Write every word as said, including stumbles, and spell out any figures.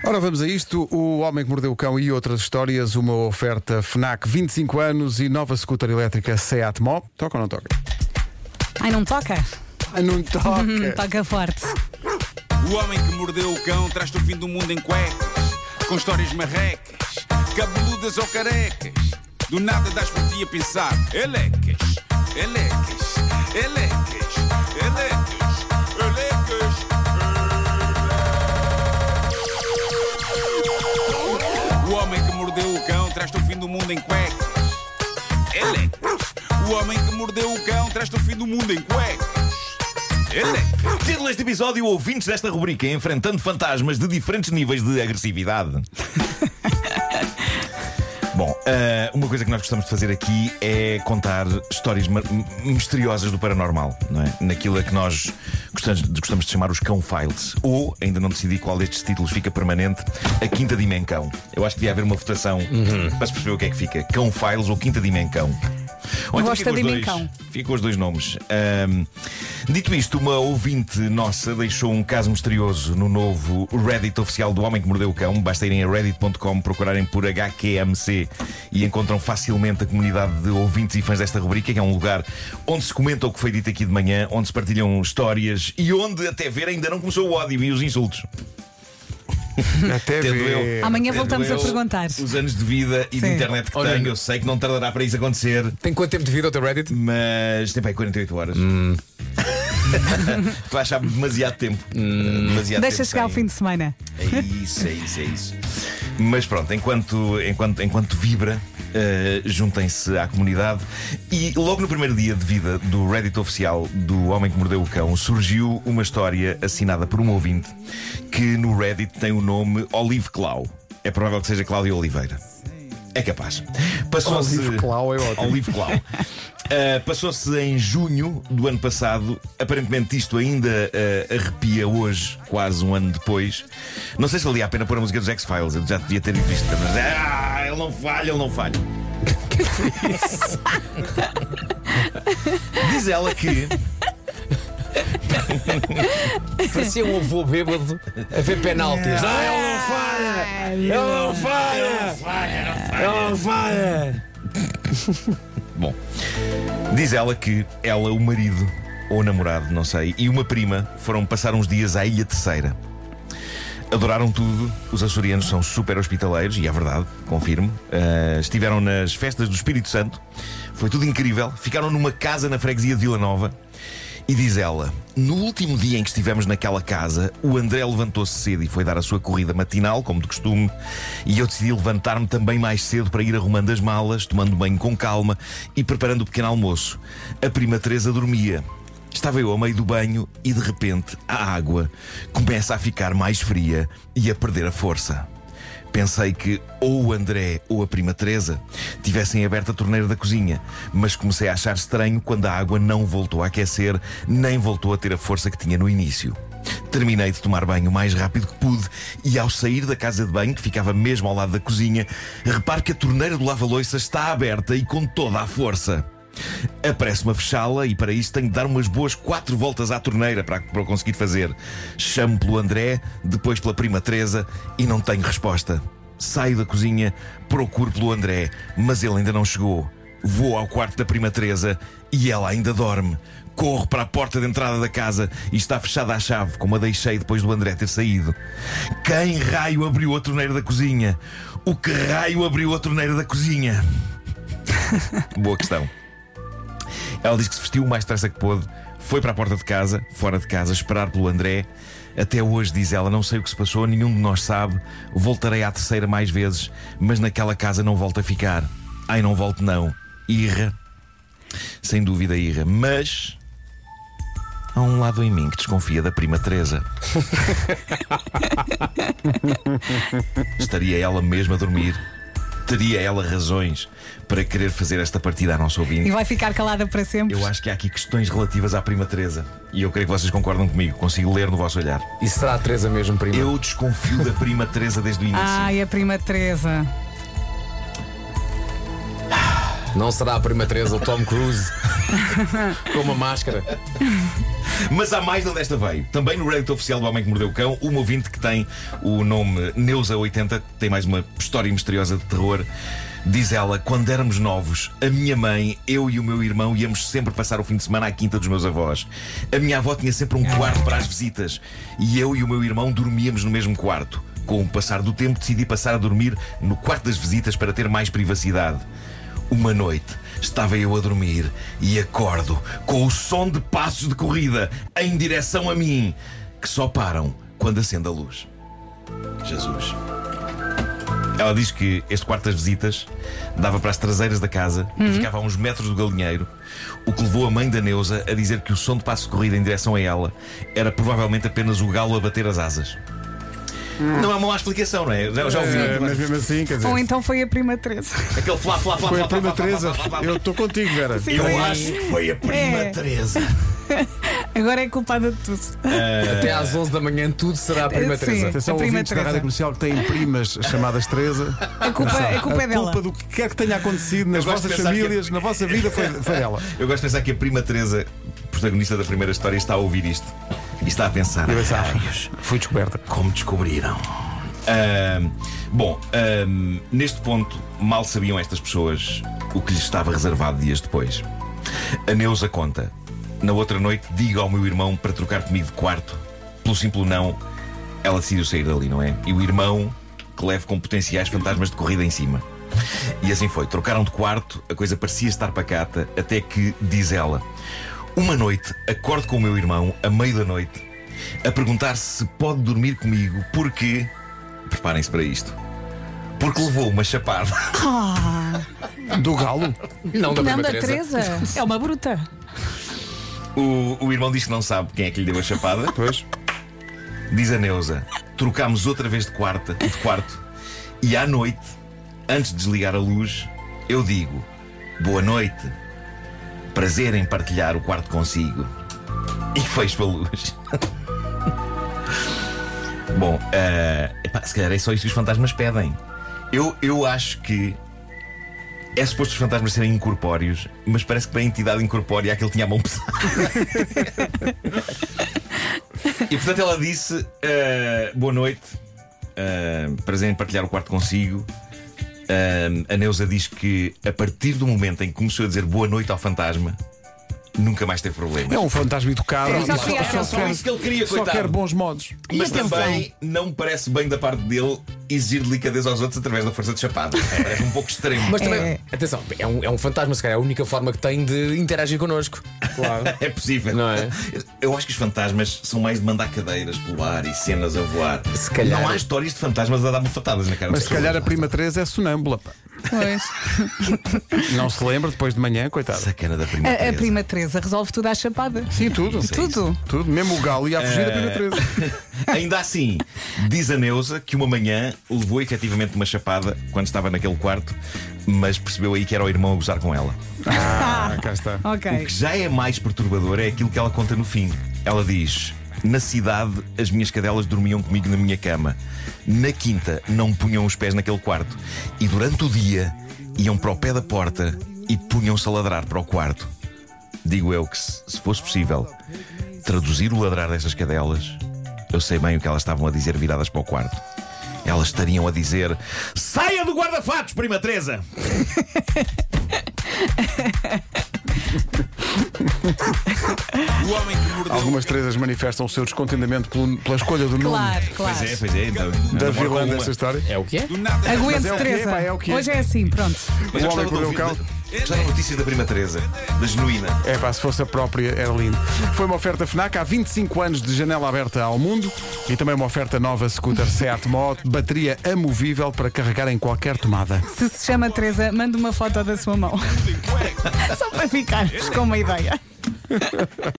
Ora, vamos a isto. O Homem que Mordeu o Cão e outras histórias. Uma oferta FNAC, vinte e cinco anos e nova scooter elétrica Seat Mó. Toca ou não toca? Ai, não toca? Ai, não toca. Toca forte. O Homem que Mordeu o Cão traz-te o fim do mundo em cuecas, com histórias marrecas, cabeludas ou carecas. Do nada das por ti a pensar. Elecas, elecas, elecas, elecas, elecas. O Homem que Mordeu o Cão traz-te o fim do mundo em cuecas. Elecas. O Homem que Mordeu o Cão traz-te o fim do mundo em cuecas. Elecas. Título deste episódio: ouvintes desta rubrica enfrentando fantasmas de diferentes níveis de agressividade. Bom, uh, uma coisa que nós gostamos de fazer aqui é contar histórias misteriosas do paranormal, não é? Naquilo a que nós gostamos, gostamos de chamar os Cão Files. Ou, ainda não decidi qual destes títulos fica permanente, a Quinta Dimensão. Eu acho que devia haver uma votação uhum. para se perceber o que é que fica: Cão Files ou Quinta Dimensão. Ou então fica, com dois, fica com os dois nomes. Um, dito isto, uma ouvinte nossa deixou um caso misterioso no novo Reddit oficial do Homem que Mordeu o Cão. Basta irem a reddit ponto com, procurarem por H Q M C e encontram facilmente a comunidade de ouvintes e fãs desta rubrica, que é um lugar onde se comenta o que foi dito aqui de manhã, onde se partilham histórias e onde, até ver, ainda não começou o ódio e os insultos. Até ver. Amanhã voltamos a perguntar. Os anos de vida e Sim. de internet que Olha, tenho, eu sei que não tardará para isso acontecer. Tem quanto tempo de vida o teu Reddit? Mas tem para aí quarenta e oito horas. Hum. Tu achar demasiado tempo. Hum. Demasiado Deixa tempo chegar ao sem... fim de semana. É isso, é isso, é isso. Mas pronto, enquanto, enquanto, enquanto vibra, uh, juntem-se à comunidade. E logo no primeiro dia de vida do Reddit oficial do Homem que Mordeu o Cão, surgiu uma história assinada por um ouvinte que no Reddit tem o nome Olive Clau. É provável que seja Cláudia Oliveira. É capaz. Passou-se... Olive Clau é ótimo. Olive Clau. Uh, Passou-se em junho do ano passado. Aparentemente isto ainda uh, arrepia hoje, quase um ano depois. Não sei se valia a pena pôr a música dos X-Files. Eu já devia ter dito isto, mas ah, ele não falha, ele não falha. Que é isso? Diz ela que parecia um avô bêbado a ver penaltis. Ah, ele não falha! Ele não falha! Ele não falha! Bom, diz ela que ela, o marido ou o namorado, não sei, e uma prima foram passar uns dias à Ilha Terceira. Adoraram tudo. Os açorianos são super hospitaleiros, e é verdade, confirmo. uh, Estiveram nas festas do Espírito Santo. Foi tudo incrível. Ficaram numa casa na freguesia de Vila Nova. E diz ela: no último dia em que estivemos naquela casa, o André levantou-se cedo e foi dar a sua corrida matinal, como de costume. E eu decidi levantar-me também mais cedo para ir arrumando as malas, tomando banho com calma e preparando o pequeno almoço. A prima Teresa dormia. Estava eu ao meio do banho e de repente a água começa a ficar mais fria e a perder a força. Pensei que ou o André ou a prima Teresa tivessem aberto a torneira da cozinha, mas comecei a achar estranho quando a água não voltou a aquecer, nem voltou a ter a força que tinha no início. Terminei de tomar banho o mais rápido que pude e, ao sair da casa de banho, que ficava mesmo ao lado da cozinha, reparo que a torneira do lava-loiça está aberta e com toda a força. Apresso-me a fechá-la e para isso tenho de dar umas boas quatro voltas à torneira para, para o conseguir fazer. Chamo pelo André, depois pela prima Teresa e não tenho resposta. Saio da cozinha, procuro pelo André, mas ele ainda não chegou. Vou ao quarto da prima Teresa e ela ainda dorme. Corro para a porta de entrada da casa e está fechada à chave, como a deixei depois do André ter saído. Quem raio abriu a torneira da cozinha? O que raio abriu a torneira da cozinha? Boa questão. Ela diz que se vestiu o mais depressa que pôde, foi para a porta de casa, fora de casa, esperar pelo André. Até hoje, diz ela, não sei o que se passou, nenhum de nós sabe. Voltarei à terceira mais vezes, mas naquela casa não volto a ficar. Ai, não volto não. Irra. Sem dúvida irra. Mas há um lado em mim que desconfia da prima Teresa. Estaria ela mesmo a dormir? Teria ela razões para querer fazer esta partida à nossa ouvinte? E vai ficar calada para sempre? Eu acho que há aqui questões relativas à prima Teresa. E eu creio que vocês concordam comigo. Consigo ler no vosso olhar. E será a Teresa mesmo, prima? Eu desconfio da prima Teresa desde o início. Ai, a prima Teresa. Não será a prima Teresa o Tom Cruise com uma máscara? Mas há mais de onde esta veio. Também no Reddit oficial do Homem que Mordeu o Cão, uma ouvinte que tem o nome Neuza oitenta, tem mais uma história misteriosa de terror. Diz ela: quando éramos novos, a minha mãe, eu e o meu irmão íamos sempre passar o fim de semana à quinta dos meus avós. A minha avó tinha sempre um quarto para as visitas e eu e o meu irmão dormíamos no mesmo quarto. Com o passar do tempo, decidi passar a dormir no quarto das visitas para ter mais privacidade. Uma noite estava eu a dormir e acordo com o som de passos de corrida em direção a mim, que só param quando acende a luz. Jesus. Ela diz que este quarto das visitas dava para as traseiras da casa e ficava a uns metros do galinheiro, o que levou a mãe da Neuza a dizer que o som de passo de corrida em direção a ela era provavelmente apenas o galo a bater as asas. Não é uma má explicação, não é? Já, já ouvi. É, mas mesmo assim, quer dizer. Ou então foi a prima Teresa. Aquele flá, flá, flá, Foi flá, a prima flá, flá, Teresa. flá, flá, flá. Eu estou contigo, Vera. Sim. Eu Sim. acho que foi a prima É. Teresa. Agora é culpada de tudo. Até às onze da manhã tudo será a prima Sim. Teresa. Atenção, A prima ouvintes da Teresa. Rádio Comercial que têm primas chamadas Teresa. A culpa, a culpa é A dela. culpa do que quer que tenha acontecido nas Eu gosto de vossas pensar que- famílias, na vossa vida, foi, foi dela. Eu gosto de pensar que a prima Teresa, protagonista da primeira história, está a ouvir isto e está a pensar: Eu pensava, "Raios, fui descoberta. como descobriram?" Ahm, bom, ahm, neste ponto, mal sabiam estas pessoas o que lhes estava reservado dias depois. A Neuza conta: na outra noite, digo ao meu irmão para trocar comigo de quarto. Pelo simples não, ela decidiu sair dali, não é? E o irmão, que leva com potenciais fantasmas de corrida em cima. E assim foi, trocaram de quarto, a coisa parecia estar pacata, até que, diz ela, uma noite, acordo com o meu irmão, a meio da noite, a perguntar se pode dormir comigo, porque... Preparem-se para isto. Porque levou uma chapada. Do galo? Não da Não prima da Teresa. Teresa. É uma bruta. O, o irmão diz que não sabe quem é que lhe deu a chapada. Pois. Diz a Neuza: trocámos outra vez de quarto, de quarto e à noite, antes de desligar a luz, eu digo: boa noite, prazer em partilhar o quarto consigo. E fecho a luz. Bom, uh, epá, se calhar é só isso que os fantasmas pedem. Eu, eu acho que é suposto os fantasmas serem incorpóreos, mas parece que para a entidade incorpórea aquele tinha a mão pesada. E portanto ela disse: uh, boa noite, uh, prazer em partilhar o quarto consigo. uh, A Neuza diz que a partir do momento em que começou a dizer boa noite ao fantasma, nunca mais teve problemas. É um fantasma educado. É, e só só, queria- só só quer, isso que ele queria, só coitado. quer bons modos. Mas E atenção. também não me parece bem da parte dele exigir delicadeza aos outros através da força de chapada. Parece um pouco extremo. Mas também, É. atenção, é um, é um fantasma, se calhar é a única forma que tem de interagir connosco. Claro. É possível. Não é? Eu acho que os fantasmas são mais de mandar cadeiras pelo ar e cenas a voar. Se calhar. Não há histórias de fantasmas a dar bufatadas na cara Mas das se calhar a pessoas. prima Teresa é sonâmbula. Pá. Pois. Não se lembra depois de manhã, coitado. Sacana da prima A, a Teresa. prima Teresa resolve tudo à chapada. Sim, tudo. Isso é Tudo. Tudo. Mesmo o galo ia a fugir da prima Teresa. Ainda assim, diz a Neuza que uma manhã levou efetivamente uma chapada quando estava naquele quarto, mas percebeu aí que era o irmão a gozar com ela. Ah, cá está. O Ok. que já é mais perturbador é aquilo que ela conta no fim. Ela diz: na cidade as minhas cadelas dormiam comigo na minha cama. Na quinta não punham os pés naquele quarto. E durante o dia iam para o pé da porta e punham-se a ladrar para o quarto. Digo eu que se, se fosse possível traduzir o ladrar dessas cadelas, eu sei bem o que elas estavam a dizer viradas para o quarto. Elas estariam a dizer: saia do guarda-fatos, prima Teresa! O homem que mordeu Algumas Teresas manifestam o seu descontentamento pelo- pela escolha do nome Claro, claro. Pois é, pois é. Então, da namoro vilã com uma. dessa história. É o que é? do nada. Aguente, Mas é o que é, Teresa. pá, é o que é. Hoje é assim, pronto. Mas eu O homem gostava que de mordeu o ouvir- cão. gostava de notícias da prima Teresa, da genuína. É pá, se fosse a própria, era lindo. Foi uma oferta FNAC há vinte e cinco anos de janela aberta ao mundo e também uma oferta nova scooter Seat Mó, bateria amovível para carregar em qualquer tomada. Se se chama Teresa, manda uma foto da sua mão. Só para ficarmos com uma ideia.